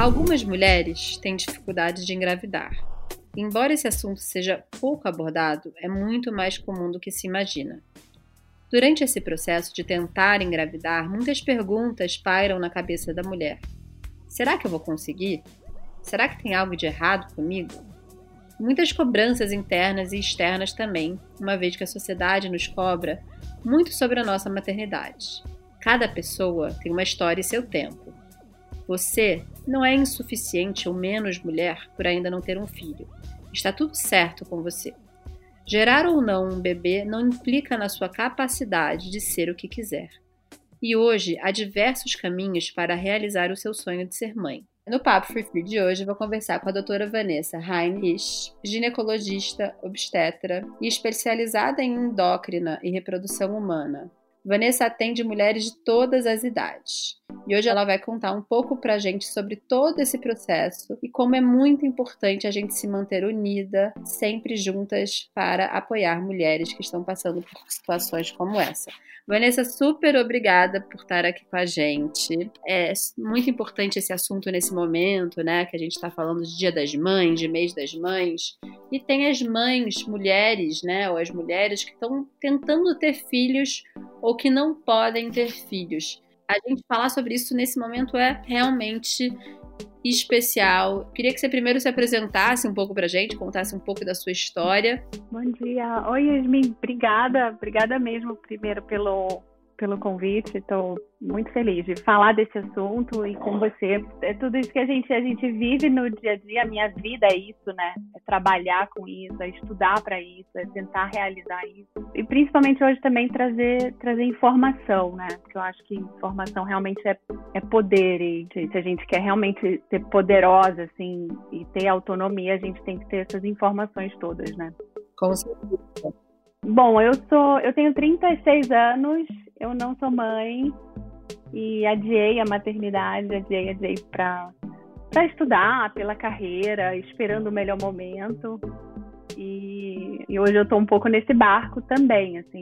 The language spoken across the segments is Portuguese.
Algumas mulheres têm dificuldade de engravidar. Embora esse assunto seja pouco abordado, é muito mais comum do que se imagina. Durante esse processo de tentar engravidar, muitas perguntas pairam na cabeça da mulher. Será que eu vou conseguir? Será que tem algo de errado comigo? Muitas cobranças internas e externas também, uma vez que a sociedade nos cobra muito sobre a nossa maternidade. Cada pessoa tem uma história e seu tempo. Você não é insuficiente ou menos mulher por ainda não ter um filho. Está tudo certo com você. Gerar ou não um bebê não implica na sua capacidade de ser o que quiser. E hoje há diversos caminhos para realizar o seu sonho de ser mãe. No Papo Free de hoje eu vou conversar com a doutora Vanessa Heinrich, ginecologista, obstetra e especializada em endócrina e reprodução humana. Vanessa atende mulheres de todas as idades. E hoje ela vai contar um pouco pra gente sobre todo esse processo e como é muito importante a gente se manter unida, sempre juntas, para apoiar mulheres que estão passando por situações como essa. Vanessa, super obrigada por estar aqui com a gente. É muito importante esse assunto nesse momento, né? Que a gente está falando de Dia das Mães, de Mês das Mães. E tem as mães, mulheres, né? Ou as mulheres que estão tentando ter filhos ou que não podem ter filhos. A gente falar sobre isso nesse momento é realmente especial. Queria que você primeiro se apresentasse um pouco pra gente, contasse um pouco da sua história. Bom dia. Oi, Yasmin. Obrigada mesmo primeiro pelo convite. Estou muito feliz de falar desse assunto e com você. É tudo isso que a gente vive no dia a dia. A minha vida é isso, né? É trabalhar com isso, é estudar para isso, é tentar realizar isso. E principalmente hoje também trazer informação, né? Porque eu acho que informação realmente é poder. E se a gente quer realmente ser poderosa, assim, e ter autonomia, a gente tem que ter essas informações todas, né? Com certeza. Bom, eu tenho 36 anos, eu não sou mãe e adiei a maternidade, adiei para estudar pela carreira, esperando o melhor momento. E hoje eu estou um pouco nesse barco também, assim,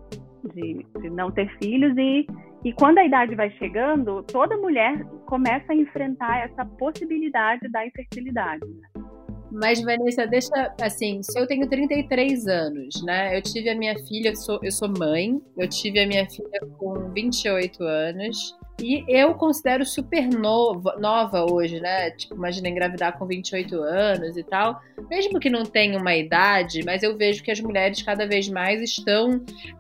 de não ter filhos. E quando a idade vai chegando, toda mulher começa a enfrentar essa possibilidade da infertilidade, né? Mas, Vanessa, deixa, assim, eu tenho 33 anos, né? Eu tive a minha filha, eu sou mãe, eu tive a minha filha com 28 anos e eu considero super nova hoje, né? Tipo, imagina engravidar com 28 anos e tal. Mesmo que não tenha uma idade, mas eu vejo que as mulheres cada vez mais estão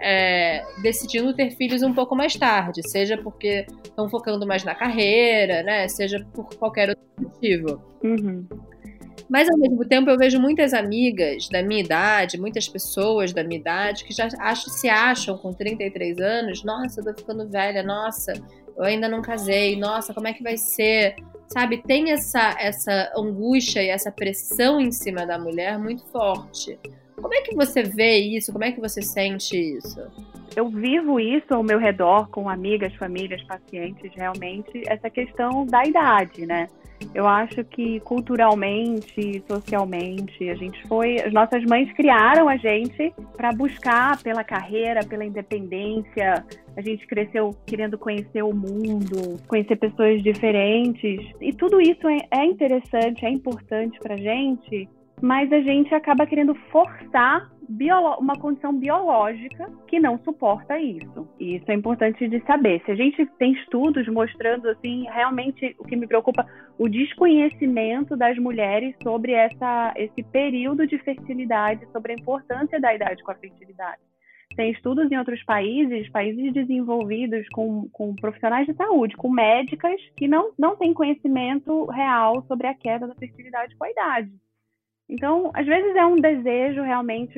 decidindo ter filhos um pouco mais tarde, seja porque estão focando mais na carreira, né? Seja por qualquer outro motivo. Uhum. Mas, ao mesmo tempo, eu vejo muitas amigas da minha idade, muitas pessoas da minha idade, que já se acham com 33 anos, nossa, eu tô ficando velha, nossa, eu ainda não casei, nossa, como é que vai ser? Sabe, tem essa angústia e essa pressão em cima da mulher muito forte. Como é que você vê isso? Como é que você sente isso? Eu vivo isso ao meu redor, com amigas, famílias, pacientes, realmente, essa questão da idade, né? Eu acho que culturalmente, socialmente, as nossas mães criaram a gente para buscar pela carreira, pela independência. A gente cresceu querendo conhecer o mundo, conhecer pessoas diferentes. E tudo isso é interessante, é importante pra gente, mas a gente acaba querendo forçar uma condição biológica que não suporta isso. E isso é importante de saber. Se a gente tem estudos mostrando, assim, realmente o que me preocupa, o desconhecimento das mulheres sobre esse período de fertilidade, sobre a importância da idade com a fertilidade. Tem estudos em outros países desenvolvidos com profissionais de saúde, com médicas que não têm conhecimento real sobre a queda da fertilidade com a idade. Então, às vezes é um desejo realmente,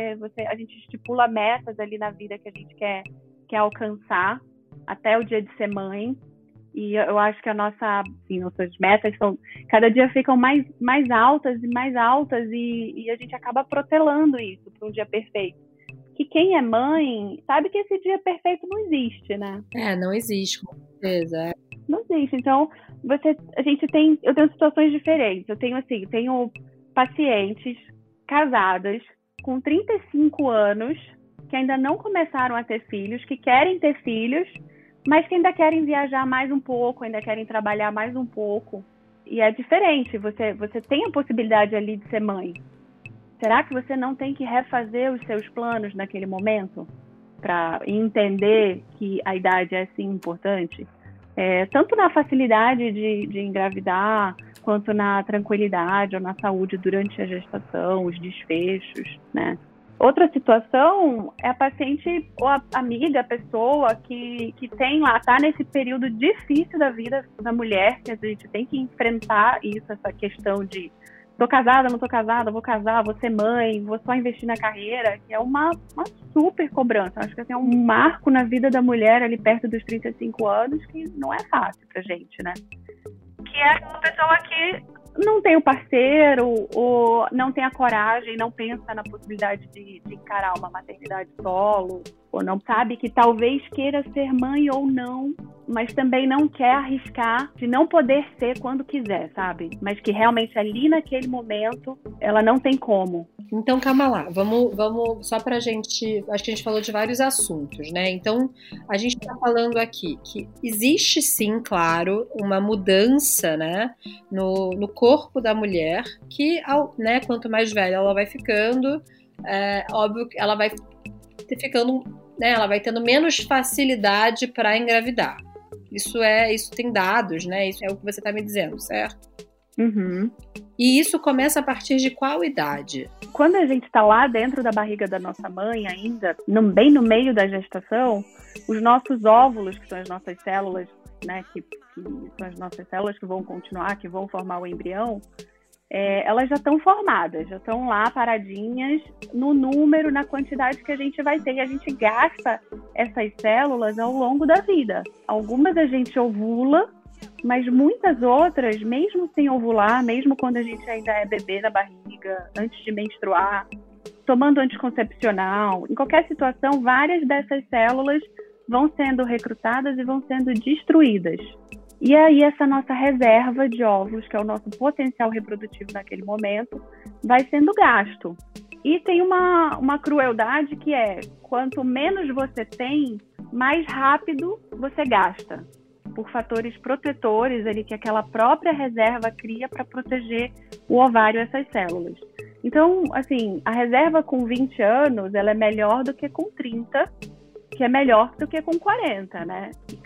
a gente estipula metas ali na vida que a gente quer alcançar até o dia de ser mãe. E eu acho que nossas metas cada dia ficam mais altas e a gente acaba protelando isso para um dia perfeito. Que quem é mãe sabe que esse dia perfeito não existe, né? Não existe, com certeza. Não existe. Então, eu tenho situações diferentes. Eu tenho pacientes casadas com 35 anos que ainda não começaram a ter filhos, que querem ter filhos, mas que ainda querem viajar mais um pouco, ainda querem trabalhar mais um pouco. E é diferente, você tem a possibilidade ali de ser mãe. Será que você não tem que refazer os seus planos naquele momento? Para entender que a idade é, sim, importante? Tanto na facilidade de engravidar, quanto na tranquilidade ou na saúde durante a gestação, os desfechos, né? Outra situação é a paciente ou a amiga, a pessoa que tem lá, tá nesse período difícil da vida da mulher, que a gente tem que enfrentar isso, essa questão de tô casada, não tô casada, vou casar, vou ser mãe, vou só investir na carreira, que é uma super cobrança. Acho que assim, é um marco na vida da mulher ali perto dos 35 anos que não é fácil pra gente, né? Que é uma pessoa que não tem o parceiro, ou não tem a coragem, não pensa na possibilidade de encarar uma maternidade solo, ou não sabe que talvez queira ser mãe ou não, mas também não quer arriscar de não poder ser quando quiser, sabe? Mas que realmente ali naquele momento ela não tem como. Então, calma lá, vamos só pra gente, acho que a gente falou de vários assuntos, né? Então, a gente tá falando aqui que existe sim, claro, uma mudança, né, no corpo da mulher, que, né, quanto mais velha ela vai ficando, óbvio que ela vai ficando, né, ela vai tendo menos facilidade para engravidar. Isso tem dados, né? Isso é o que você tá me dizendo, certo? Uhum. E isso começa a partir de qual idade? Quando a gente está lá dentro da barriga da nossa mãe ainda, bem no meio da gestação, os nossos óvulos, que são as nossas células, né, que são as nossas células que vão continuar, que vão formar o embrião, elas já estão formadas, já estão lá paradinhas no número, na quantidade que a gente vai ter. E a gente gasta essas células ao longo da vida. Algumas a gente ovula, mas muitas outras, mesmo sem ovular, mesmo quando a gente ainda é bebê na barriga, antes de menstruar, tomando anticoncepcional, em qualquer situação, várias dessas células vão sendo recrutadas e vão sendo destruídas. E aí essa nossa reserva de óvulos, que é o nosso potencial reprodutivo naquele momento, vai sendo gasto. E tem uma crueldade que é, quanto menos você tem, mais rápido você gasta, por fatores protetores ali que aquela própria reserva cria para proteger o ovário, essas células. Então, assim, a reserva com 20 anos, ela é melhor do que com 30, que é melhor do que com 40, né? E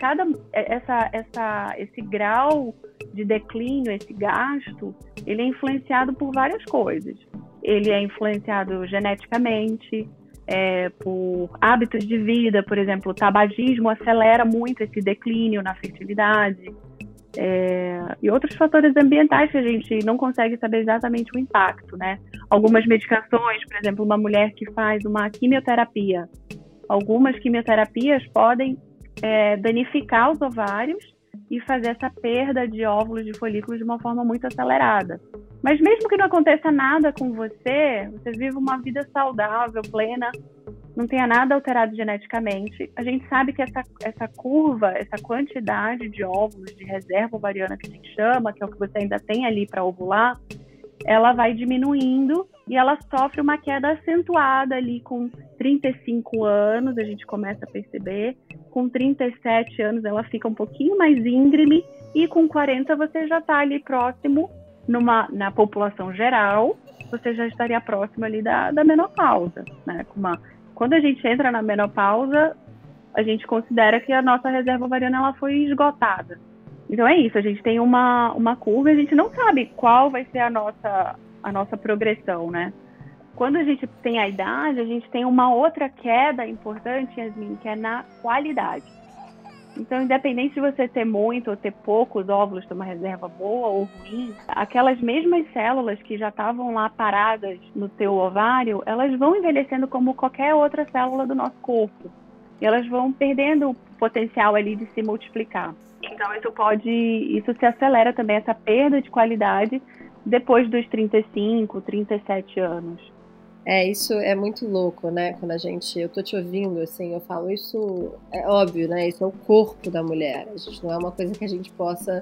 esse grau de declínio, esse gasto, ele é influenciado por várias coisas. Ele é influenciado geneticamente, por hábitos de vida, por exemplo, o tabagismo acelera muito esse declínio na fertilidade, e outros fatores ambientais que a gente não consegue saber exatamente o impacto, né? Algumas medicações, por exemplo, uma mulher que faz uma quimioterapia, algumas quimioterapias podem danificar os ovários e fazer essa perda de óvulos, de folículos de uma forma muito acelerada. Mas mesmo que não aconteça nada com você vive uma vida saudável, plena, não tenha nada alterado geneticamente, a gente sabe que essa curva, essa quantidade de óvulos, de reserva ovariana que a gente chama, que é o que você ainda tem ali para ovular, ela vai diminuindo e ela sofre uma queda acentuada ali com 35 anos, a gente começa a perceber. Com 37 anos ela fica um pouquinho mais íngreme e com 40 você já está ali próximo, na população geral, você já estaria próximo ali da menopausa, né? Quando a gente entra na menopausa, a gente considera que a nossa reserva ovariana ela foi esgotada. Então é isso, a gente tem uma curva e a gente não sabe qual vai ser a nossa progressão, né? Quando a gente tem a idade, a gente tem uma outra queda importante, Yasmin, que é na qualidade. Então, independente de você ter muito ou ter poucos óvulos, ter uma reserva boa ou ruim, aquelas mesmas células que já estavam lá paradas no teu ovário, elas vão envelhecendo como qualquer outra célula do nosso corpo. E elas vão perdendo o potencial ali de se multiplicar. Então, isso se acelera também, essa perda de qualidade, depois dos 35, 37 anos. Isso é muito louco, né? Quando eu tô te ouvindo, assim, eu falo, isso é óbvio, né? Isso é o corpo da mulher. A gente não é uma coisa que a gente possa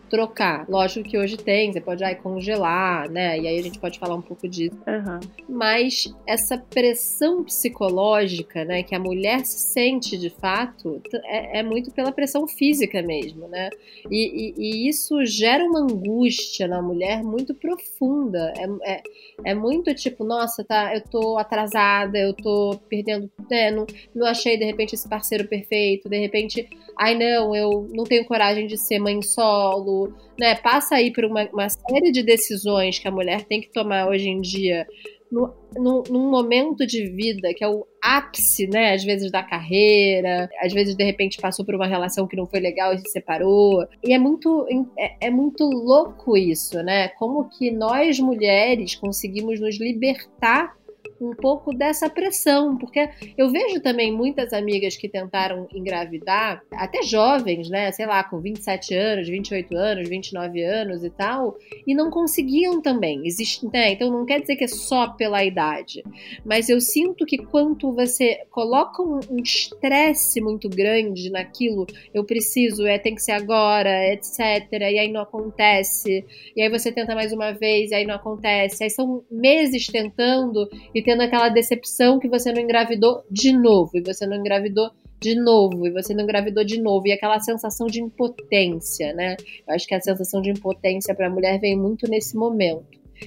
trocar. Lógico que hoje tem, você pode congelar, né? E aí a gente pode falar um pouco disso. Uhum. Mas essa pressão psicológica, né, que a mulher se sente de fato, é muito pela pressão física mesmo, né? E isso gera uma angústia na mulher muito profunda. É muito tipo, nossa, tá, eu tô atrasada, eu tô perdendo, né, não achei de repente esse parceiro perfeito, de repente, ai não, eu não tenho coragem de ser mãe solo, né? Passa aí por uma série de decisões que a mulher tem que tomar hoje em dia num momento de vida que é o ápice, né, às vezes da carreira, às vezes de repente passou por uma relação que não foi legal e se separou, e é muito louco isso, né, como que nós mulheres conseguimos nos libertar um pouco dessa pressão, porque eu vejo também muitas amigas que tentaram engravidar, até jovens, né, sei lá, com 27 anos, 28 anos, 29 anos e tal, e não conseguiam também. Existe, né? Então não quer dizer que é só pela idade, mas eu sinto que quando você coloca um estresse muito grande naquilo, eu preciso, tem que ser agora, etc, e aí não acontece, e aí você tenta mais uma vez, e aí não acontece, aí são meses tentando e tendo aquela decepção que você não engravidou de novo, e você não engravidou de novo, e você não engravidou de novo, e aquela sensação de impotência, né? Eu acho que a sensação de impotência para a mulher vem muito nesse momento.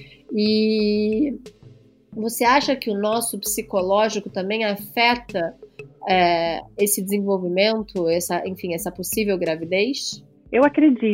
E você acha que o nosso psicológico também afeta esse desenvolvimento, essa possível gravidez? Eu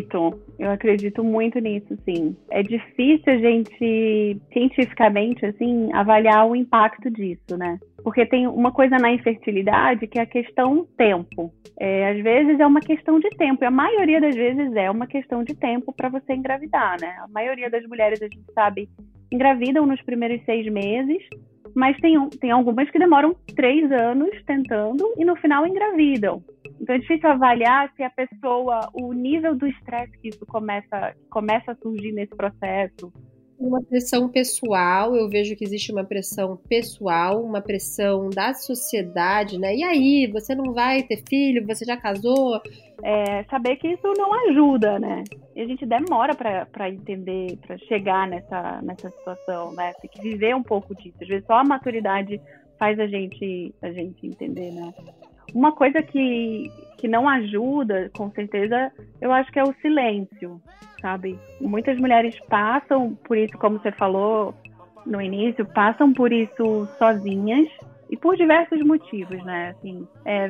acredito muito nisso, sim. É difícil a gente, cientificamente, assim, avaliar o impacto disso, né? Porque tem uma coisa na infertilidade que é a questão tempo. Às vezes é uma questão de tempo, e a maioria das vezes é uma questão de tempo para você engravidar, né? A maioria das mulheres, a gente sabe, engravidam nos primeiros 6 meses, mas tem algumas que demoram 3 anos tentando e no final engravidam. Então é difícil avaliar se a pessoa, o nível do estresse que isso começa a surgir nesse processo. Uma pressão pessoal, eu vejo que existe uma pressão pessoal, uma pressão da sociedade, né? E aí, você não vai ter filho, você já casou? Saber que isso não ajuda, né? E a gente demora para entender, para chegar nessa situação, né? Tem que viver um pouco disso. Às vezes só a maturidade faz a gente entender, né? Uma coisa que não ajuda, com certeza, eu acho que é o silêncio, sabe? Muitas mulheres passam por isso, como você falou no início, passam por isso sozinhas e por diversos motivos, né? Assim,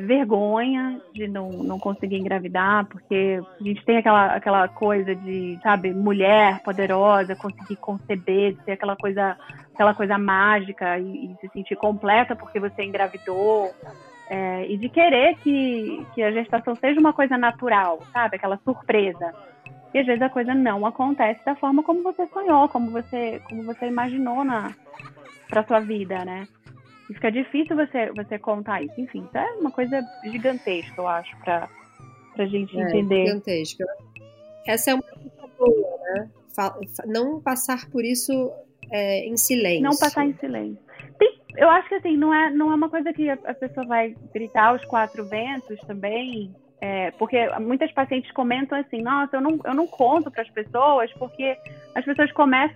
vergonha de não conseguir engravidar, porque a gente tem aquela coisa de, sabe, mulher poderosa, conseguir conceber, de ser aquela coisa mágica e se sentir completa porque você engravidou. E de querer que a gestação seja uma coisa natural, sabe? Aquela surpresa. E às vezes a coisa não acontece da forma como você sonhou, como você imaginou para sua vida, né? E fica difícil você contar isso. Enfim, isso é uma coisa gigantesca, eu acho, pra gente entender. Gigantesca. Essa é uma coisa boa, né? Não passar por isso em silêncio. Não passar em silêncio. Eu acho que assim, não é uma coisa que a pessoa vai gritar aos 4 ventos também, porque muitas pacientes comentam assim, nossa, eu não conto para as pessoas, porque as pessoas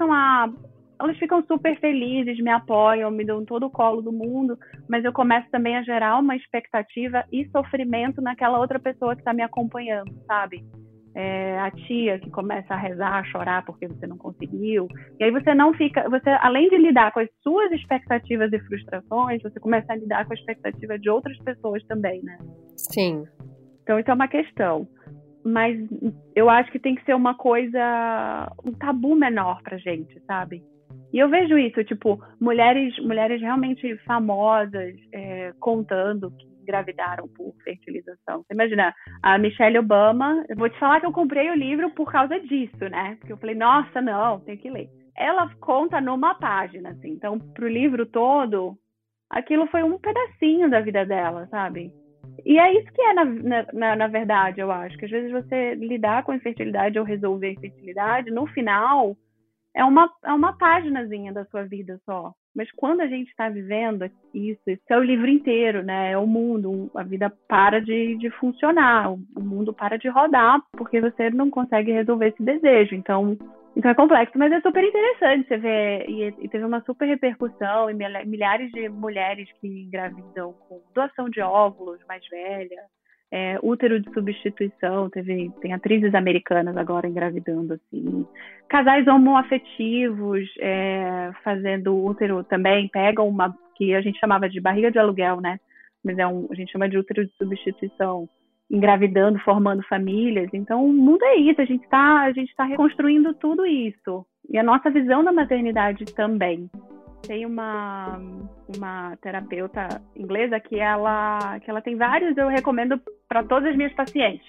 elas ficam super felizes, me apoiam, me dão todo o colo do mundo, mas eu começo também a gerar uma expectativa e sofrimento naquela outra pessoa que está me acompanhando, sabe? A tia que começa a rezar, a chorar porque você não conseguiu. E aí você além de lidar com as suas expectativas e frustrações, você começa a lidar com a expectativa de outras pessoas também, né? Sim. Então isso é uma questão. Mas eu acho que tem que ser uma coisa, um tabu menor pra gente, sabe? E eu vejo isso, tipo, mulheres realmente famosas contando que engravidaram por fertilização. Você imagina, a Michelle Obama, eu vou te falar que eu comprei o livro por causa disso, né? Porque eu falei, nossa, não, tem que ler. Ela conta numa página, assim. Então, pro livro todo, aquilo foi um pedacinho da vida dela, sabe? E é isso que na verdade, eu acho. Que às vezes você lidar com a infertilidade ou resolver a infertilidade, no final, é uma páginazinha da sua vida só. Mas quando a gente está vivendo isso é o livro inteiro, né? É o mundo, a vida para de funcionar, o mundo para de rodar, porque você não consegue resolver esse desejo. Então é complexo, mas é super interessante você ver, e teve uma super repercussão, e milhares de mulheres que engravidam com doação de óvulos mais velha, útero de substituição, tem atrizes americanas agora engravidando, assim, casais homoafetivos fazendo útero também, pegam uma, que a gente chamava de barriga de aluguel, né, mas a gente chama de útero de substituição, engravidando, formando famílias. Então, o mundo é isso, a gente tá reconstruindo tudo isso. E a nossa visão da maternidade também. Tem uma terapeuta inglesa que ela tem vários, eu recomendo para todas as minhas pacientes.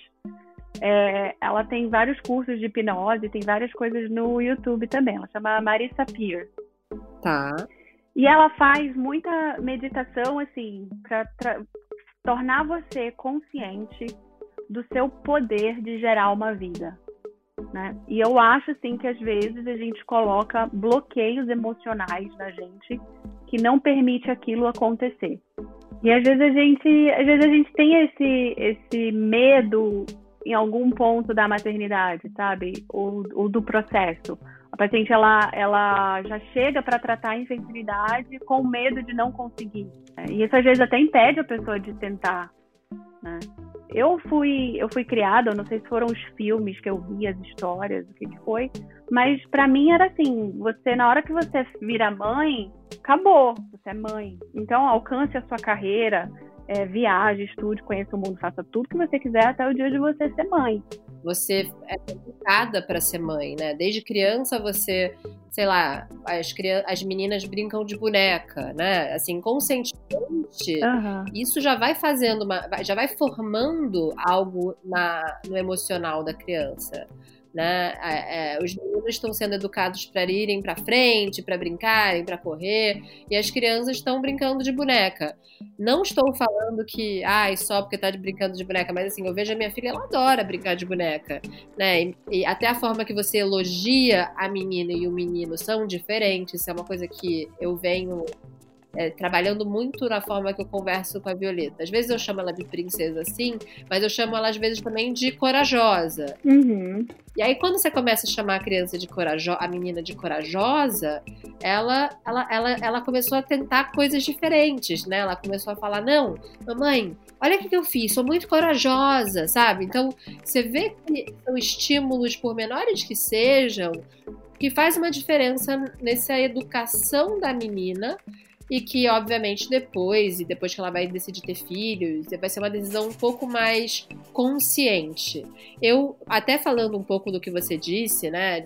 Ela tem vários cursos de hipnose, tem várias coisas no YouTube também. Ela chama Marissa Peer. Tá. E ela faz muita meditação, assim, para tornar você consciente do seu poder de gerar uma vida, né? E eu acho, assim, que às vezes a gente coloca bloqueios emocionais na gente que não permite aquilo acontecer. E às vezes a gente tem esse medo em algum ponto da maternidade, sabe? Ou do processo. A paciente, ela já chega para tratar a infertilidade com medo de não conseguir. E isso às vezes até impede a pessoa de tentar, né? Eu fui criada, eu não sei se foram os filmes que eu vi, as histórias, o que foi, mas para mim era assim, na hora que você vira mãe, acabou, você é mãe. Então alcance a sua carreira, viaje, estude, conheça o mundo, faça tudo que você quiser até o dia de você ser mãe. Você é educada para ser mãe, né? Desde criança você, sei lá, as meninas brincam de boneca, né? Assim, conscientemente, isso já vai fazendo já vai formando algo no emocional da criança, né? Os meninos estão sendo educados para irem para frente, para brincarem, para correr, e as crianças estão brincando de boneca. Não estou falando que, só porque tá brincando de boneca, mas assim, eu vejo a minha filha, ela adora brincar de boneca, né? E até a forma que você elogia a menina e o menino são diferentes. Isso é uma coisa que eu venho trabalhando muito na forma que eu converso com a Violeta. Às vezes eu chamo ela de princesa, sim, mas eu chamo ela às vezes também de corajosa. Uhum. E aí quando você começa a chamar a criança de corajosa, a menina de corajosa, ela começou a tentar coisas diferentes, né? Ela começou a falar, não, mamãe, olha o que eu fiz, sou muito corajosa, sabe? Então você vê que são estímulos, por menores que sejam, que faz uma diferença nessa educação da menina. E que, obviamente, depois que ela vai decidir ter filhos, vai ser uma decisão um pouco mais consciente. Eu, até falando um pouco do que você disse, né,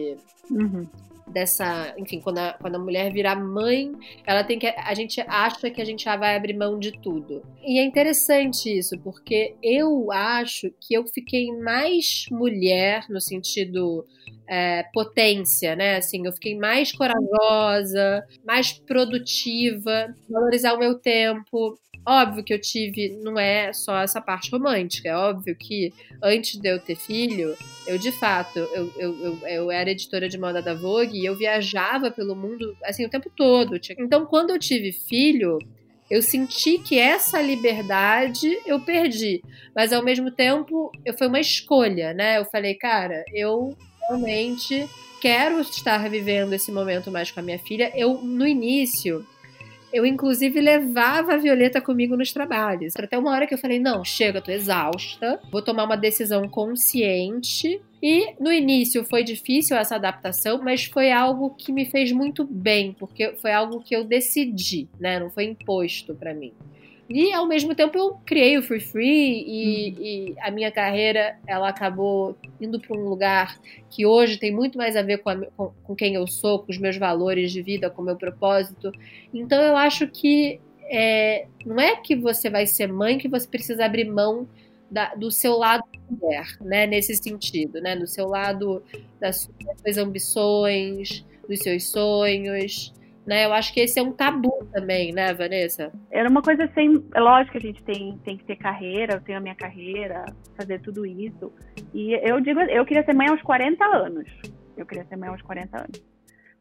enfim, quando a mulher virar mãe, a gente acha que a gente já vai abrir mão de tudo. E é interessante isso, porque eu acho que eu fiquei mais mulher no sentido potência, né? Assim, eu fiquei mais corajosa, mais produtiva, valorizar o meu tempo. Óbvio que eu tive, não é só essa parte romântica, é óbvio que antes de eu ter filho, eu de fato, eu era editora de moda da Vogue e eu viajava pelo mundo, assim, o tempo todo. Então, quando eu tive filho, eu senti que essa liberdade eu perdi, mas ao mesmo tempo, foi uma escolha, né? Eu falei, cara, eu realmente quero estar vivendo esse momento mais com a minha filha. No início, eu inclusive levava a Violeta comigo nos trabalhos. Até uma hora que eu falei, não, chega, eu tô exausta, vou tomar uma decisão consciente. E no início foi difícil essa adaptação, mas foi algo que me fez muito bem, porque foi algo que eu decidi, né? Não foi imposto pra mim. E, ao mesmo tempo, eu criei o Free e a minha carreira, ela acabou indo para um lugar que hoje tem muito mais a ver com quem eu sou, com os meus valores de vida, com o meu propósito. Então, eu acho que não é que você vai ser mãe que você precisa abrir mão do seu lado mulher, né? Nesse sentido, né? Do seu lado das suas ambições, dos seus sonhos, né? Eu acho que esse é um tabu também, né, Vanessa? Era uma coisa assim, é lógico que a gente tem que ter carreira, eu tenho a minha carreira, fazer tudo isso. E eu queria ser mãe aos 40 anos. Eu queria ser mãe aos 40 anos.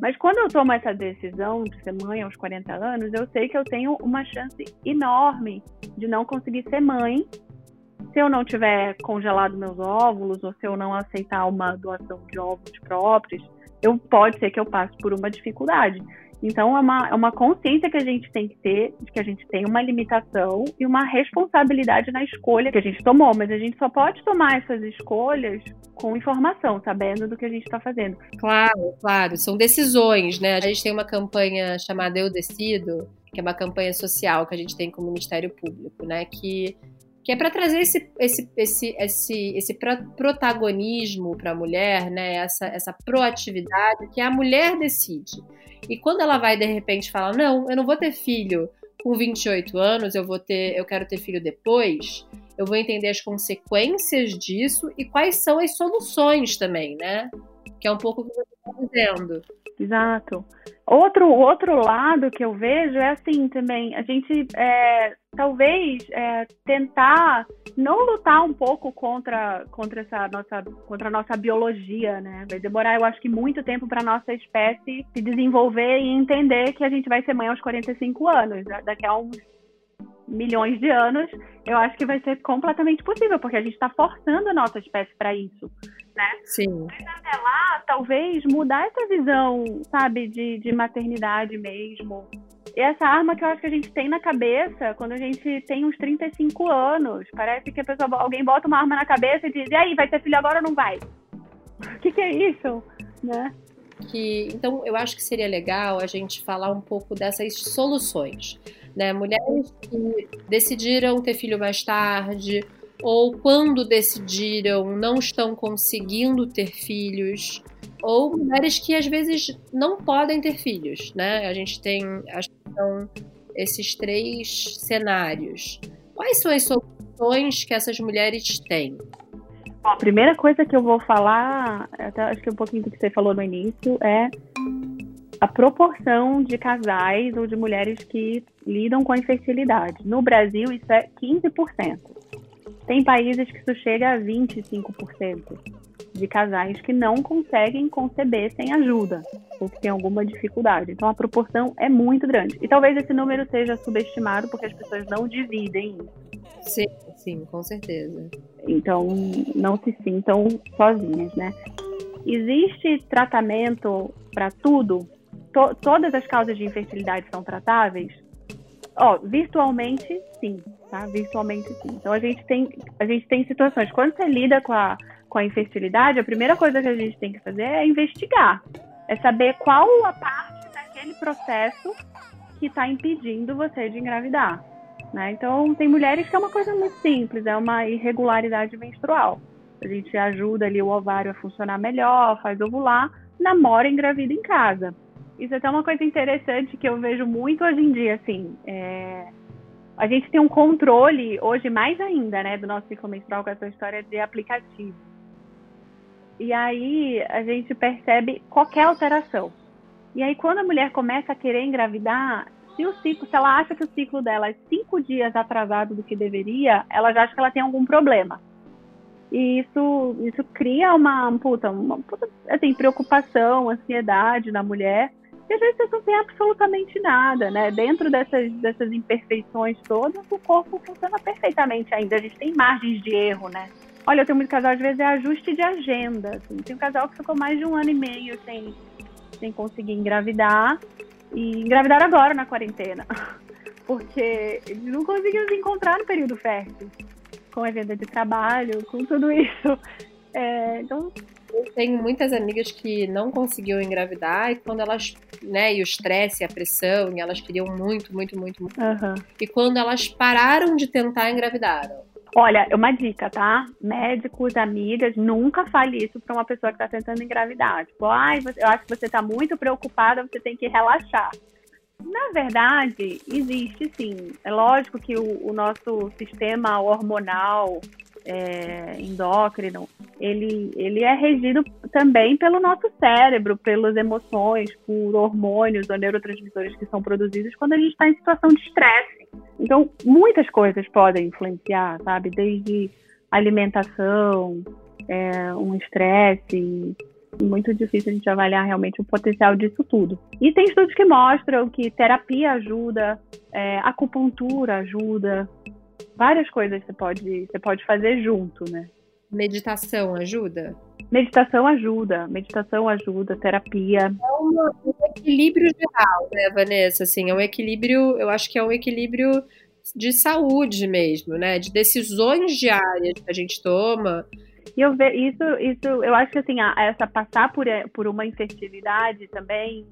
Mas quando eu tomo essa decisão de ser mãe aos 40 anos, eu sei que eu tenho uma chance enorme de não conseguir ser mãe se eu não tiver congelado meus óvulos ou se eu não aceitar uma doação de óvulos próprios. Pode ser que eu passe por uma dificuldade. Então, é uma consciência que a gente tem que ter, de que a gente tem uma limitação e uma responsabilidade na escolha que a gente tomou. Mas a gente só pode tomar essas escolhas com informação, sabendo do que a gente está fazendo. Claro, claro. São decisões, né? A gente tem uma campanha chamada Eu Decido, que é uma campanha social que a gente tem com o Ministério Público, né? Que é para trazer esse protagonismo para a mulher, né? Essa proatividade que a mulher decide. E quando ela vai, de repente, falar, não, eu não vou ter filho com 28 anos, eu quero ter filho depois, eu vou entender as consequências disso e quais são as soluções também, né? Que é um pouco o que você está dizendo. Exato. Outro lado que eu vejo é assim também, a gente talvez tentar não lutar um pouco contra a nossa biologia, né? Vai demorar, eu acho que muito tempo para nossa espécie se desenvolver e entender que a gente vai ser mãe aos 45 anos. Daqui a uns milhões de anos, eu acho que vai ser completamente possível, porque a gente está forçando a nossa espécie para isso, né? Sim. Mas até lá, talvez mudar essa visão, sabe, de maternidade mesmo. E essa arma que eu acho que a gente tem na cabeça quando a gente tem uns 35 anos. Parece que alguém bota uma arma na cabeça e diz, e aí, vai ter filho agora ou não vai? O que é isso, né? Então, eu acho que seria legal a gente falar um pouco dessas soluções, né? Mulheres que decidiram ter filho mais tarde, ou quando decidiram não estão conseguindo ter filhos, ou mulheres que às vezes não podem ter filhos, né? A gente tem, acho que são esses 3 cenários. Quais são as soluções que essas mulheres têm? Bom, a primeira coisa que eu vou falar, até acho que um pouquinho do que você falou no início, é a proporção de casais ou de mulheres que lidam com a infertilidade. No Brasil, isso é 15%. Tem países que isso chega a 25% de casais que não conseguem conceber sem ajuda, ou que tem alguma dificuldade. Então, a proporção é muito grande. E talvez esse número seja subestimado porque as pessoas não dividem isso. Sim, com certeza. Então, não se sintam sozinhas, né? Existe tratamento para tudo? Todas as causas de infertilidade são tratáveis? Virtualmente, sim, tá? Virtualmente, sim. Então, a gente tem situações. Quando você lida com a infertilidade, a primeira coisa que a gente tem que fazer é investigar. É saber qual a parte daquele processo que está impedindo você de engravidar, né? Então, tem mulheres que é uma coisa muito simples, é uma irregularidade menstrual. A gente ajuda ali o ovário a funcionar melhor, faz ovular, namora e engravida em casa. Isso é até uma coisa interessante que eu vejo muito hoje em dia, assim, a gente tem um controle, hoje mais ainda, né, do nosso ciclo menstrual com essa história de aplicativo. E aí a gente percebe qualquer alteração. E aí quando a mulher começa a querer engravidar, se ela acha que o ciclo dela é 5 dias atrasado do que deveria, ela já acha que ela tem algum problema. E isso cria uma puta assim, preocupação, ansiedade na mulher. E às vezes você não tem absolutamente nada, né? Dentro dessas imperfeições todas, o corpo funciona perfeitamente ainda. A gente tem margens de erro, né? Olha, eu tenho muito casal, às vezes é ajuste de agenda. Assim. Tem um casal que ficou mais de 1 ano e meio sem conseguir engravidar. E engravidaram agora na quarentena. Porque eles não conseguiam se encontrar no período fértil. Com a agenda de trabalho, com tudo isso. Então... Eu tenho muitas amigas que não conseguiam engravidar e quando elas, né, e o estresse, a pressão, e elas queriam muito, muito, muito, muito. Uhum. E quando elas pararam de tentar, engravidaram. Olha, uma dica, tá? Médicos, amigas, nunca fale isso para uma pessoa que está tentando engravidar. Tipo, eu acho que você está muito preocupada, você tem que relaxar. Na verdade, existe sim. É lógico que o nosso sistema hormonal, endócrino, ele é regido também pelo nosso cérebro, pelas emoções, por hormônios ou neurotransmissores que são produzidos quando a gente está em situação de estresse. Então, muitas coisas podem influenciar, sabe? Desde alimentação, um estresse, Muito difícil a gente avaliar realmente o potencial disso tudo. E tem estudos que mostram que terapia ajuda, acupuntura ajuda, várias coisas você pode fazer junto, né? Meditação ajuda? Meditação ajuda, terapia. É um equilíbrio geral, né, Vanessa? Assim, é um equilíbrio, eu acho que é um equilíbrio de saúde mesmo, né? De decisões diárias que a gente toma. E eu vejo isso, eu acho que assim, essa passar por uma infertilidade também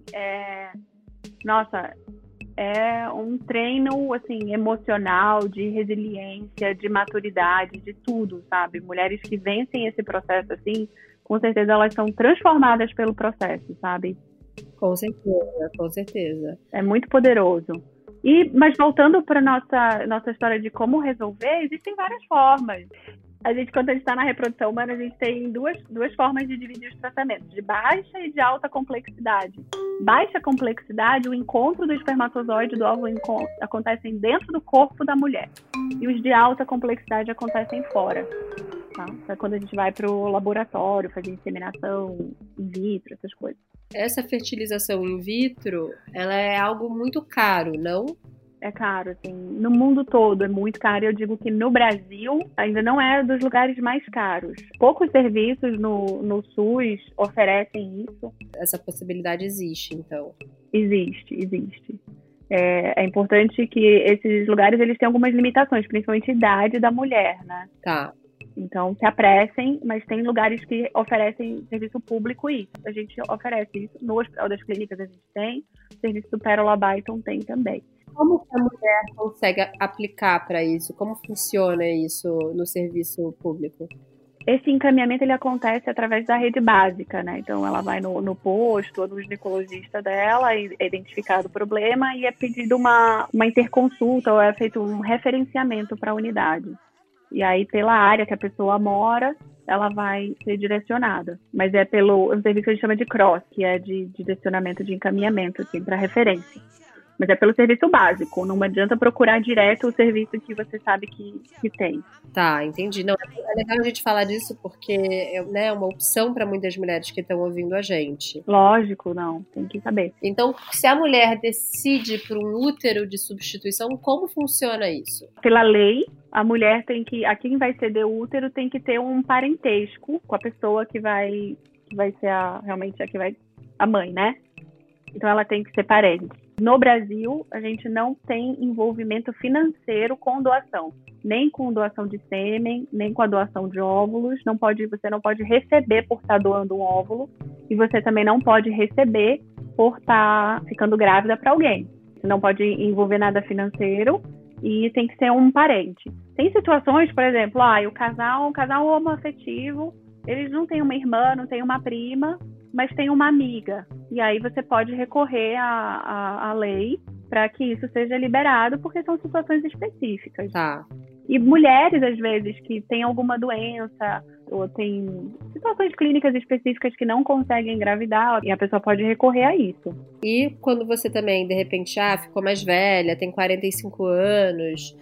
é um treino assim emocional, de resiliência, de maturidade, de tudo, sabe? Mulheres que vencem esse processo assim, com certeza elas são transformadas pelo processo, sabe? Com certeza, com certeza. É muito poderoso. Mas voltando para nossa história de como resolver, existem várias formas. Quando a gente está na reprodução humana, a gente tem duas formas de dividir os tratamentos, de baixa e de alta complexidade. Baixa complexidade, o encontro do espermatozoide e do óvulo acontecem dentro do corpo da mulher. E os de alta complexidade acontecem fora. Tá? É quando a gente vai para o laboratório fazer inseminação in vitro, essas coisas. Essa fertilização in vitro, ela é algo muito caro, não? É caro, assim, no mundo todo é muito caro. Eu digo que no Brasil ainda não é dos lugares mais caros. Poucos serviços no SUS oferecem isso. Essa possibilidade existe, então? Existe. É importante que esses lugares eles têm algumas limitações, principalmente a idade da mulher, né? Tá. Então, se apressem, mas tem lugares que oferecem serviço público isso. A gente oferece isso no Hospital das Clínicas, a gente tem. O serviço do Pérola Byton tem também. Como que a mulher consegue aplicar para isso? Como funciona isso no serviço público? Esse encaminhamento ele acontece através da rede básica, né? Então ela vai no posto ou no ginecologista dela, é identificado o problema e é pedido uma interconsulta ou é feito um referenciamento para a unidade. E aí, pela área que a pessoa mora, ela vai ser direcionada. Mas é um serviço que a gente chama de CROSS, que é de direcionamento de encaminhamento, assim, para referência. Mas é pelo serviço básico, não adianta procurar direto o serviço que você sabe que tem. Tá, entendi. Não, é legal a gente falar disso porque é uma opção para muitas mulheres que estão ouvindo a gente. Lógico, não, tem que saber. Então, se a mulher decide por um útero de substituição, como funciona isso? Pela lei, a mulher a quem vai ceder o útero tem que ter um parentesco com a pessoa que vai ser a mãe, né? Então ela tem que ser parente. No Brasil, a gente não tem envolvimento financeiro com doação, nem com doação de sêmen, nem com a doação de óvulos. Você não pode receber por estar doando um óvulo e você também não pode receber por estar ficando grávida para alguém. Você não pode envolver nada financeiro e tem que ser um parente. Tem situações, por exemplo, o casal homoafetivo, eles não têm uma irmã, não têm uma prima, mas tem uma amiga. E aí você pode recorrer à lei para que isso seja liberado, porque são situações específicas. Tá. E mulheres, às vezes, que têm alguma doença ou tem situações clínicas específicas que não conseguem engravidar, e a pessoa pode recorrer a isso. E quando você também, de repente, ficou mais velha, tem 45 anos,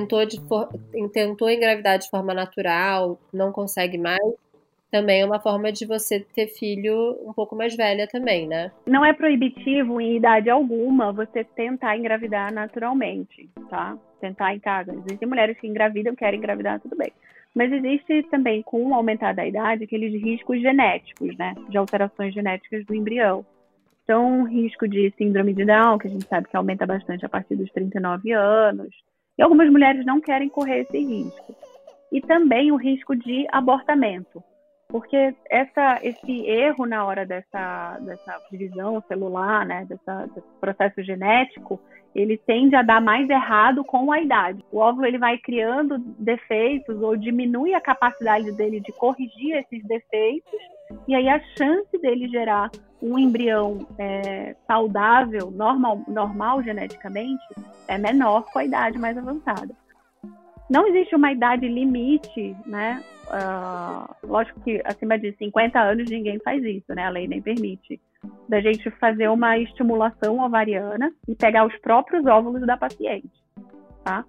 tentou engravidar de forma natural, não consegue mais, também é uma forma de você ter filho um pouco mais velha também, né? Não é proibitivo em idade alguma você tentar engravidar naturalmente, tá? Tentar em casa. Existem mulheres que engravidam, querem engravidar, tudo bem. Mas existe também, com o aumentar da idade, aqueles riscos genéticos, né? De alterações genéticas do embrião. Então, risco de síndrome de Down, que a gente sabe que aumenta bastante a partir dos 39 anos. E algumas mulheres não querem correr esse risco. E também o risco de abortamento. Porque esse erro na hora dessa divisão celular, né, desse processo genético, ele tende a dar mais errado com a idade. O óvulo ele vai criando defeitos ou diminui a capacidade dele de corrigir esses defeitos, e aí a chance dele gerar um embrião saudável, normal geneticamente, é menor com a idade mais avançada. Não existe uma idade limite, né? Lógico que acima de 50 anos ninguém faz isso, né? A lei nem permite. Da gente fazer uma estimulação ovariana e pegar os próprios óvulos da paciente, tá?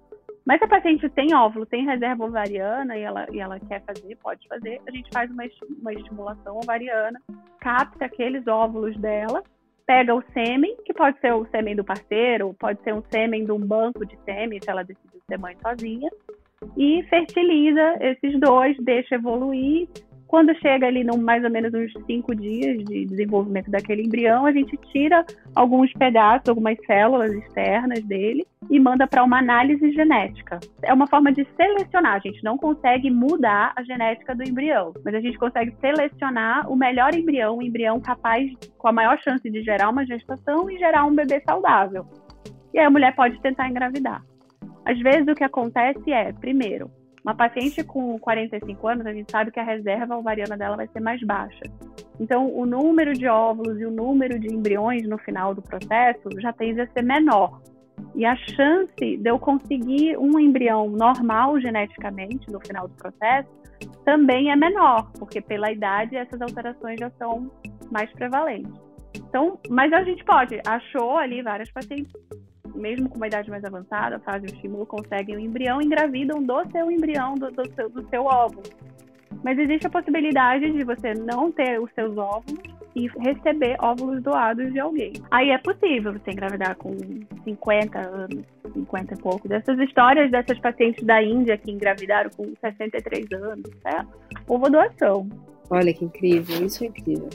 Mas se a paciente tem óvulo, tem reserva ovariana e ela quer fazer, pode fazer, a gente faz uma estimulação ovariana, capta aqueles óvulos dela, pega o sêmen, que pode ser o sêmen do parceiro, pode ser um sêmen de um banco de sêmen, se ela decidir ser mãe sozinha, e fertiliza esses dois, deixa evoluir. Quando chega ali mais ou menos uns 5 dias de desenvolvimento daquele embrião, a gente tira alguns pedaços, algumas células externas dele e manda para uma análise genética. É uma forma de selecionar. A gente não consegue mudar a genética do embrião, mas a gente consegue selecionar o melhor embrião, o embrião capaz, com a maior chance de gerar uma gestação e gerar um bebê saudável. E aí a mulher pode tentar engravidar. Às vezes o que acontece é, primeiro, uma paciente com 45 anos, a gente sabe que a reserva ovariana dela vai ser mais baixa. Então, o número de óvulos e o número de embriões no final do processo já tende a ser menor. E a chance de eu conseguir um embrião normal geneticamente no final do processo também é menor, porque pela idade essas alterações já são mais prevalentes. Então, mas a gente achou ali várias pacientes, mesmo com uma idade mais avançada, fazem o estímulo, conseguem o embrião, engravidam do seu embrião, do seu óvulo. Mas existe a possibilidade de você não ter os seus óvulos e receber óvulos doados de alguém. Aí é possível você engravidar com 50 anos, 50 e pouco. Dessas histórias dessas pacientes da Índia que engravidaram com 63 anos, houve doação. Olha que incrível, isso é incrível.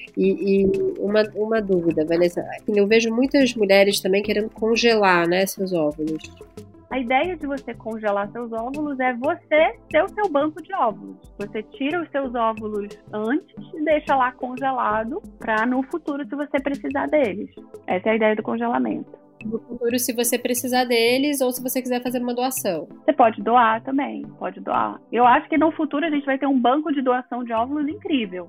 E uma dúvida, Vanessa, eu vejo muitas mulheres também querendo congelar, né, seus óvulos. A ideia de você congelar seus óvulos é você ter o seu banco de óvulos. Você tira os seus óvulos antes e deixa lá congelado para no futuro, se você precisar deles. Essa é a ideia do congelamento. No futuro, se você precisar deles ou se você quiser fazer uma doação. Você pode doar também, pode doar. Eu acho que no futuro a gente vai ter um banco de doação de óvulos incrível,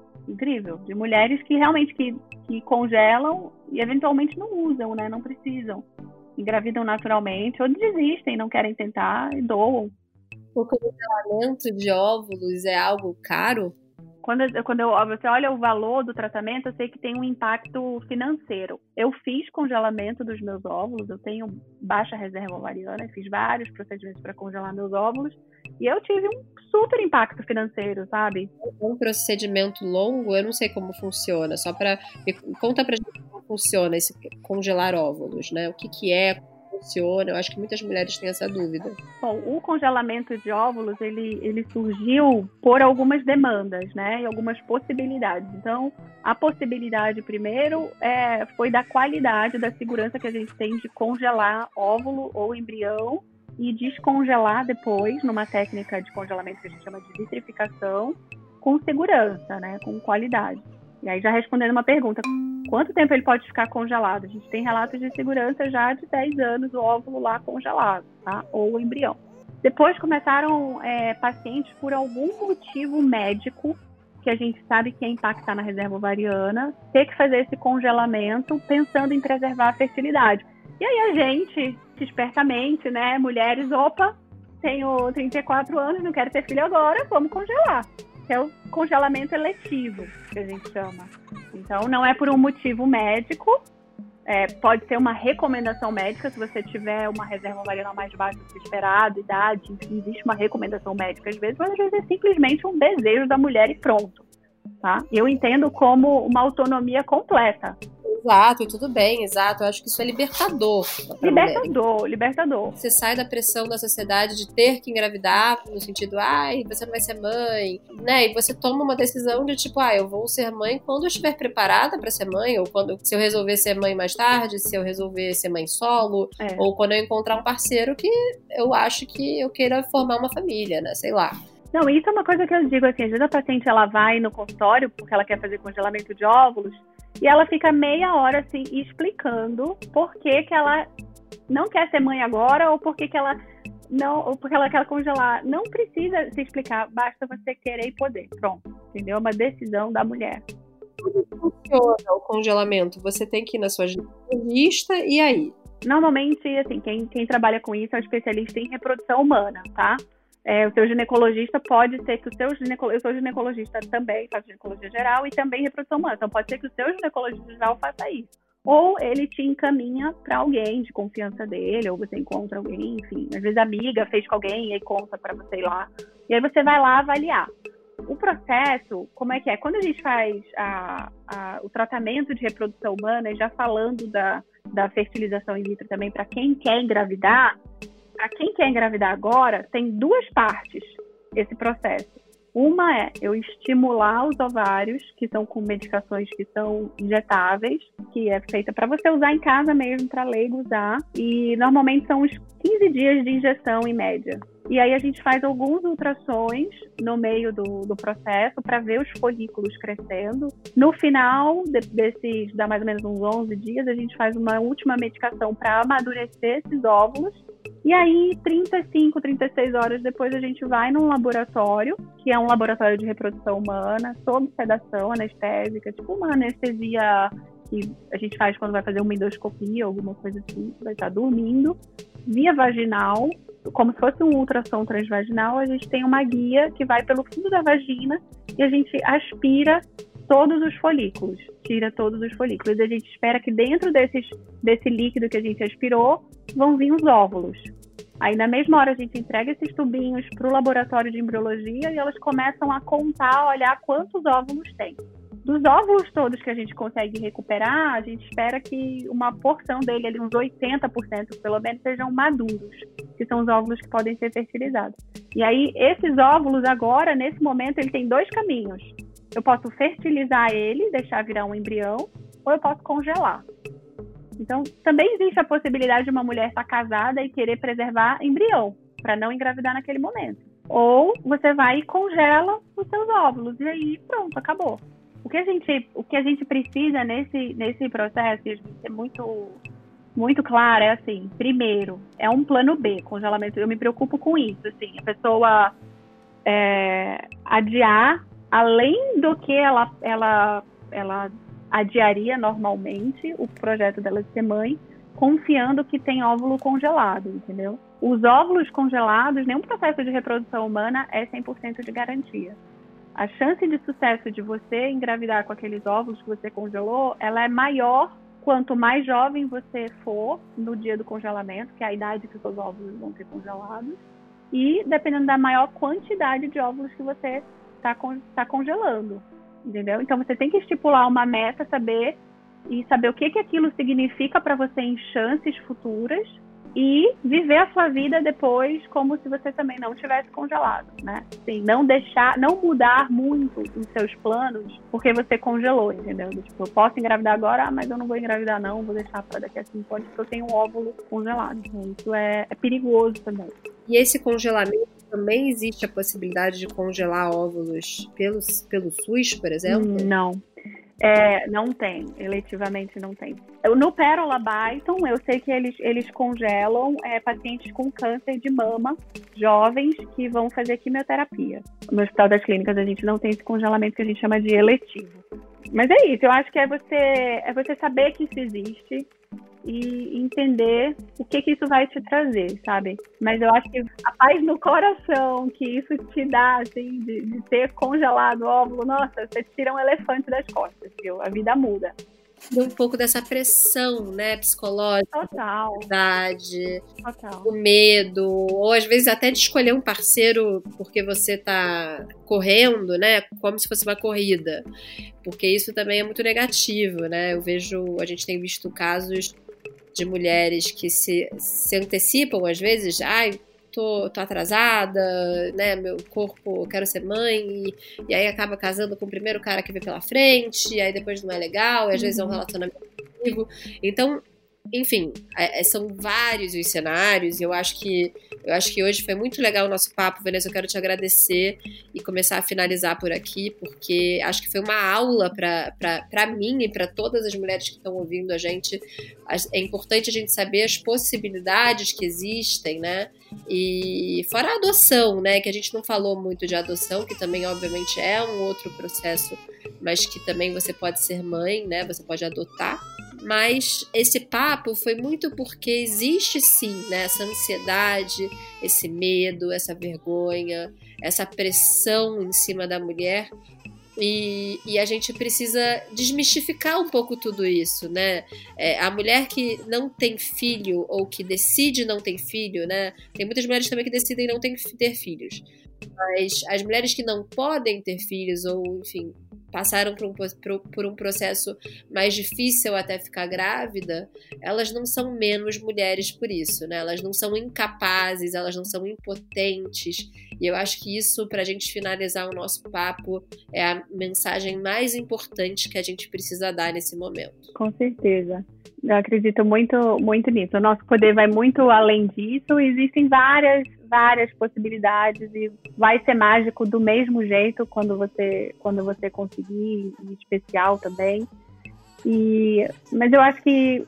de mulheres que realmente que congelam e eventualmente não usam, né? Não precisam. Engravidam naturalmente ou desistem, não querem tentar e doam. O congelamento de óvulos é algo caro? Quando você olha o valor do tratamento, eu sei que tem um impacto financeiro. Eu fiz congelamento dos meus óvulos, eu tenho baixa reserva ovariana, fiz vários procedimentos para congelar meus óvulos e eu tive um super impacto financeiro, sabe? É um procedimento longo, eu não sei como funciona, conta pra gente como funciona esse congelar óvulos, né? O que é, como funciona, eu acho que muitas mulheres têm essa dúvida. Bom, o congelamento de óvulos, ele surgiu por algumas demandas, né? E algumas possibilidades. Então, a possibilidade primeiro foi da qualidade, da segurança que a gente tem de congelar óvulo ou embrião e descongelar depois, numa técnica de congelamento que a gente chama de vitrificação, com segurança, né? Com qualidade. E aí, já respondendo uma pergunta, quanto tempo ele pode ficar congelado? A gente tem relatos de segurança já de 10 anos, o óvulo lá congelado, tá? Ou o embrião. Depois começaram pacientes, por algum motivo médico, que a gente sabe que ia impactar na reserva ovariana, ter que fazer esse congelamento pensando em preservar a fertilidade. E aí a gente, espertamente, né, mulheres, tenho 34 anos, não quero ter filho agora, vamos congelar. Que é o congelamento eletivo, que a gente chama. Então, não é por um motivo médico, pode ser uma recomendação médica, se você tiver uma reserva ovariana mais baixa do que esperado, idade, enfim, existe uma recomendação médica às vezes, mas às vezes é simplesmente um desejo da mulher e pronto. Tá? Eu entendo como uma autonomia completa. Exato, tudo bem, exato. Eu acho que isso é libertador. Libertador. Você sai da pressão da sociedade de ter que engravidar, no sentido, você não vai ser mãe, né? E você toma uma decisão de tipo, eu vou ser mãe quando eu estiver preparada para ser mãe, ou se eu resolver ser mãe mais tarde, se eu resolver ser mãe solo, ou quando eu encontrar um parceiro que eu acho que eu queira formar uma família, né? Sei lá. Não, isso é uma coisa que eu digo assim, às vezes a paciente ela vai no consultório porque ela quer fazer congelamento de óvulos e ela fica meia hora assim explicando por que ela não quer ser mãe agora ou por que ela não, ou porque ela quer congelar. Não precisa se explicar, basta você querer e poder. Pronto, entendeu? É uma decisão da mulher. Como funciona o congelamento? Você tem que ir na sua ginecologista e aí? Normalmente, assim, quem trabalha com isso é um especialista em reprodução humana, tá? O seu ginecologista pode ser que o seu ginecologista... Eu sou ginecologista também, faço ginecologia geral e também reprodução humana. Então, pode ser que o seu ginecologista geral faça isso. ou ele te encaminha para alguém de confiança dele, ou você encontra alguém, enfim. Às vezes a amiga fez com alguém e aí conta para você ir lá. E aí você vai lá avaliar. O processo, como é que é? Quando a gente faz o tratamento de reprodução humana, já falando da fertilização in vitro também para quem quer engravidar, agora, tem duas partes esse processo. Uma é eu estimular os ovários, que são com medicações que são injetáveis, que é feita para você usar em casa mesmo, para leigo usar. E normalmente são uns 15 dias de injeção em média. E aí a gente faz alguns ultrassons no meio do processo para ver os folículos crescendo. No final desses, dá mais ou menos uns 11 dias, a gente faz uma última medicação para amadurecer esses óvulos. E aí, 35, 36 horas depois, a gente vai num laboratório, que é um laboratório de reprodução humana, sob sedação anestésica, tipo uma anestesia que a gente faz quando vai fazer uma endoscopia, alguma coisa assim, vai estar dormindo, via vaginal, como se fosse um ultrassom transvaginal. A gente tem uma guia que vai pelo fundo da vagina e a gente aspira todos os folículos, tira todos os folículos. E a gente espera que dentro desse líquido que a gente aspirou, vão vir os óvulos. Aí, na mesma hora, a gente entrega esses tubinhos para o laboratório de embriologia e elas começam a contar, olhar quantos óvulos tem. Dos óvulos todos que a gente consegue recuperar, a gente espera que uma porção dele, ali, uns 80% pelo menos, sejam maduros, que são os óvulos que podem ser fertilizados. E aí, esses óvulos agora, nesse momento, ele tem dois caminhos. Eu posso fertilizar ele, deixar virar um embrião, ou eu posso congelar. Então, também existe a possibilidade de uma mulher estar casada e querer preservar embrião, para não engravidar naquele momento. Ou você vai e congela os seus óvulos, e aí pronto, acabou. O que a gente precisa nesse processo, e ser muito claro, é assim, primeiro, é um plano B, congelamento. Eu me preocupo com isso, assim, a pessoa adiar, além do que ela adiaria normalmente o projeto dela de ser mãe, confiando que tem óvulo congelado, entendeu? Os óvulos congelados, nenhum processo de reprodução humana é 100% de garantia. A chance de sucesso de você engravidar com aqueles óvulos que você congelou, ela é maior quanto mais jovem você for no dia do congelamento, que é a idade que os seus óvulos vão ser congelados, e dependendo da maior quantidade de óvulos que você está congelando. Entendeu? Então você tem que estipular uma meta, saber o que aquilo significa para você em chances futuras e viver a sua vida depois como se você também não tivesse congelado, né? Assim, não mudar muito os seus planos porque você congelou, entendeu? Tipo, eu posso engravidar agora, mas eu não vou engravidar não, vou deixar para daqui a 5 anos porque eu tenho um óvulo congelado. Então, isso é perigoso também. E esse congelamento, também existe a possibilidade de congelar óvulos pelo SUS, por exemplo? Não. Não tem, eletivamente não tem. No Pérola Byton, eu sei que eles congelam pacientes com câncer de mama, jovens que vão fazer quimioterapia. No Hospital das Clínicas a gente não tem esse congelamento que a gente chama de eletivo. Mas é isso, eu acho que é você saber que isso existe e entender o que isso vai te trazer, sabe? Mas eu acho que a paz no coração que isso te dá, assim, de ter congelado o óvulo, nossa, você tira um elefante das costas, viu? A vida muda. Um pouco dessa pressão, né, psicológica, total, o medo, ou às vezes até de escolher um parceiro porque você tá correndo, né, como se fosse uma corrida, porque isso também é muito negativo, né? A gente tem visto casos de mulheres que se antecipam às vezes, tô atrasada, né, meu corpo, eu quero ser mãe, e aí acaba casando com o primeiro cara que vem pela frente, e aí depois não é legal, e às vezes é um relacionamento abusivo. Então, enfim, são vários os cenários, e eu acho que hoje foi muito legal o nosso papo, Vanessa. Eu quero te agradecer e começar a finalizar por aqui, porque acho que foi uma aula para mim e para todas as mulheres que estão ouvindo a gente. É importante a gente saber as possibilidades que existem, né? E fora a adoção, né? Que a gente não falou muito de adoção, que também, obviamente, é um outro processo, mas que também você pode ser mãe, né? Você pode adotar. Mas esse papo foi muito porque existe sim, né, essa ansiedade, esse medo, essa vergonha, essa pressão em cima da mulher E a gente precisa desmistificar um pouco tudo isso, né? A mulher que não tem filho ou que decide não ter filho, né? Tem muitas mulheres também que decidem não ter filhos. Mas as mulheres que não podem ter filhos ou, enfim, passaram por um processo mais difícil até ficar grávida, elas não são menos mulheres por isso, né? Elas não são incapazes, elas não são impotentes. E eu acho que isso, pra gente finalizar o nosso papo, é a mensagem mais importante que a gente precisa dar nesse momento. Com certeza. Eu acredito muito, muito nisso. O nosso poder vai muito além disso. Existem várias possibilidades e vai ser mágico do mesmo jeito quando você conseguir, e especial também. Mas eu acho que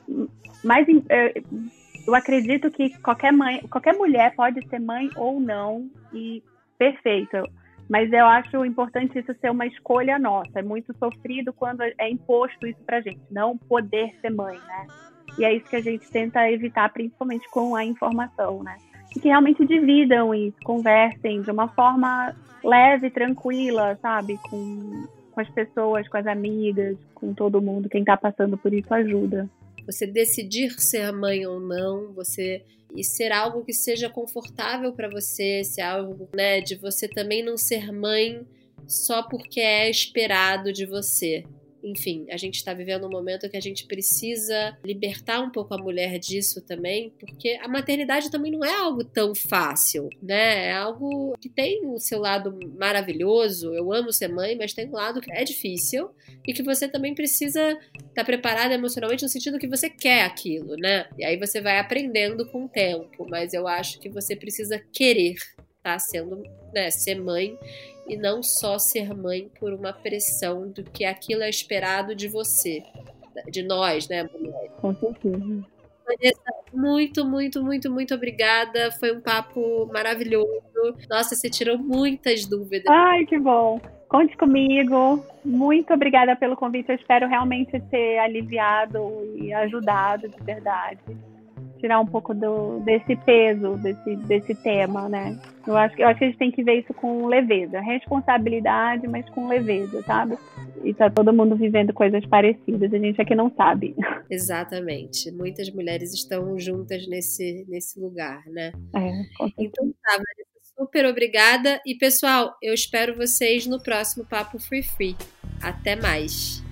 eu acredito que qualquer mulher pode ser mãe ou não, e perfeito. Mas eu acho importante isso ser uma escolha nossa. É muito sofrido quando é imposto isso pra gente, não poder ser mãe, né? E é isso que a gente tenta evitar, principalmente com a informação, né? E que realmente dividam isso, conversem de uma forma leve, tranquila, sabe? Com as pessoas, com as amigas, com todo mundo. Quem tá passando por isso ajuda. Você decidir ser mãe ou não, e ser algo que seja confortável para você, ser algo, né, de você também não ser mãe só porque é esperado de você. Enfim, a gente está vivendo um momento que a gente precisa libertar um pouco a mulher disso também, porque a maternidade também não é algo tão fácil, né? É algo que tem o seu lado maravilhoso. Eu amo ser mãe, mas tem um lado que é difícil e que você também precisa estar preparada emocionalmente no sentido que você quer aquilo, né? E aí você vai aprendendo com o tempo, mas eu acho que você precisa querer estar sendo, né, ser mãe, e não só ser mãe por uma pressão do que aquilo é esperado de você, de nós, né, mulheres. Com certeza. Vanessa, muito, muito, muito, muito obrigada. Foi um papo maravilhoso. Nossa, você tirou muitas dúvidas. Ai, que bom. Conte comigo. Muito obrigada pelo convite. Eu espero realmente ter aliviado e ajudado de verdade. Tirar um pouco desse peso, desse tema, né? Eu acho que a gente tem que ver isso com leveza. Responsabilidade, mas com leveza, sabe? E tá todo mundo vivendo coisas parecidas. A gente aqui não sabe. Exatamente. Muitas mulheres estão juntas nesse lugar, né? Então tá, Vanessa, super obrigada. E, pessoal, eu espero vocês no próximo Papo Free Free. Até mais!